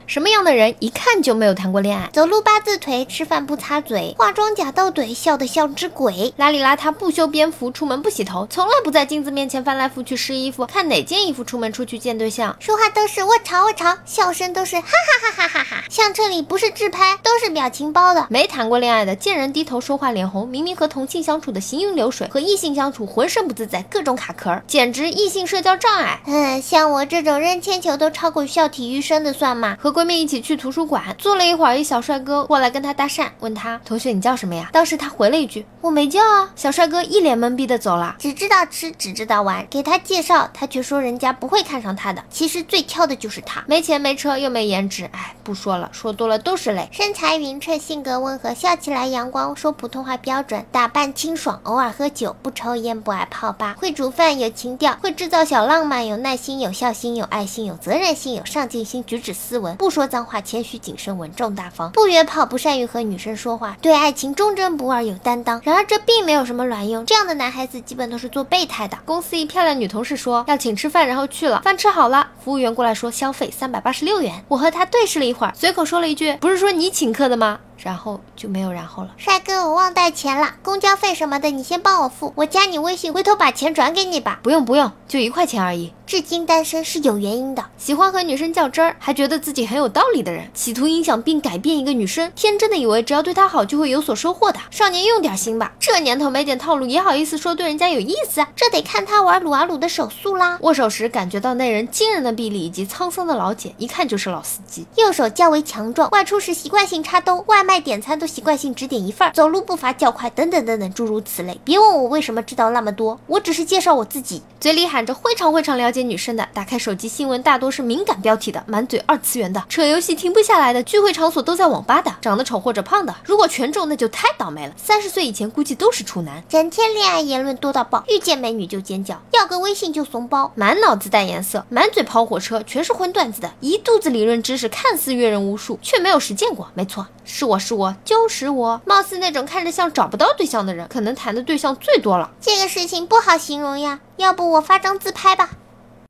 什么样的人一看就没有谈过恋爱？ 走路八字腿，吃饭不擦嘴，化妆假到怼，笑得像只鬼。 邋里邋遢，不修边幅，出门不洗头，从来不在镜子面前翻来覆去试衣服，看哪件衣服出门出去见对象。 说话都是我吵，笑声都是哈哈哈哈哈哈。相册里不是自拍，都是表情包的。 没谈过恋爱的，见人低头说话脸红，明明和同性相处的行云流水，和异性相处浑身不自在，各种卡壳，简直异性社交障碍。 像我这种扔铅球都超过校体育生的算吗？ 和闺蜜一起去图书馆，坐了一会儿，一小帅哥过来跟她搭讪，问她同学你叫什么呀？当时她回了一句我没叫啊。小帅哥一脸懵逼的走了， 只知道吃，只知道玩，给他介绍，他却说人家不会看上他的，其实最挑的就是他， 没钱没车又没颜值，哎，不说了，说多了都是泪。 身材匀称，性格温和，笑起来阳光，说普通话标准，打扮清爽，偶尔喝酒，不抽烟不爱泡吧，会煮饭有情调，会制造小浪漫，有耐心有孝心有爱心有责任心有上进心，举止斯文，不说脏话，谦虚谨慎，稳重大方，不约炮，不善于和女生说话，对爱情忠贞不二有担当。然而这并没有什么卵用，这样的男孩子基本都是做备胎的。 公司一漂亮女同事说要请吃饭，然后去了，饭吃好了，服务员过来说消费386元，我和他对视了一会儿，随口说了一句不是说你请客的吗？然后就没有然后了。 帅哥，我忘带钱了，公交费什么的你先帮我付，我加你微信，回头把钱转给你吧。 不用，就1块钱而已。 至今单身是有原因的。 喜欢和女生较真儿，还觉得自己很有道理的人，企图影响并改变一个女生，天真的以为只要对她好就会有所收获的。少年用点心吧，这年头没点套路也好意思说对人家有意思啊？ 这得看他玩撸啊撸的手速啦。 握手时感觉到那人惊人的臂力以及沧桑的老茧，一看就是老司机。 右手较为强壮，外出时习惯性插兜，外卖点餐都习惯性只点一份，走路步伐较快，等等等等诸如此类。别问我为什么知道那么多，我只是介绍我自己。 嘴里喊着非常了解女生的，打开手机新闻大多是敏感标题的，满嘴二次元的，扯游戏停不下来的，聚会场所都在网吧的，长得丑或者胖的，如果全中那就太倒霉了。30岁以前估计都是处男， 整天恋爱言论多到爆，遇见美女就尖叫，要个微信就怂包， 满脑子带颜色，满嘴跑火车，全是荤段子的，一肚子理论知识，看似阅人无数，却没有实践过。没错，是我就是我。貌似那种看着像找不到对象的人，可能谈的对象最多了。 这个事情不好形容呀，要不我发张自拍吧。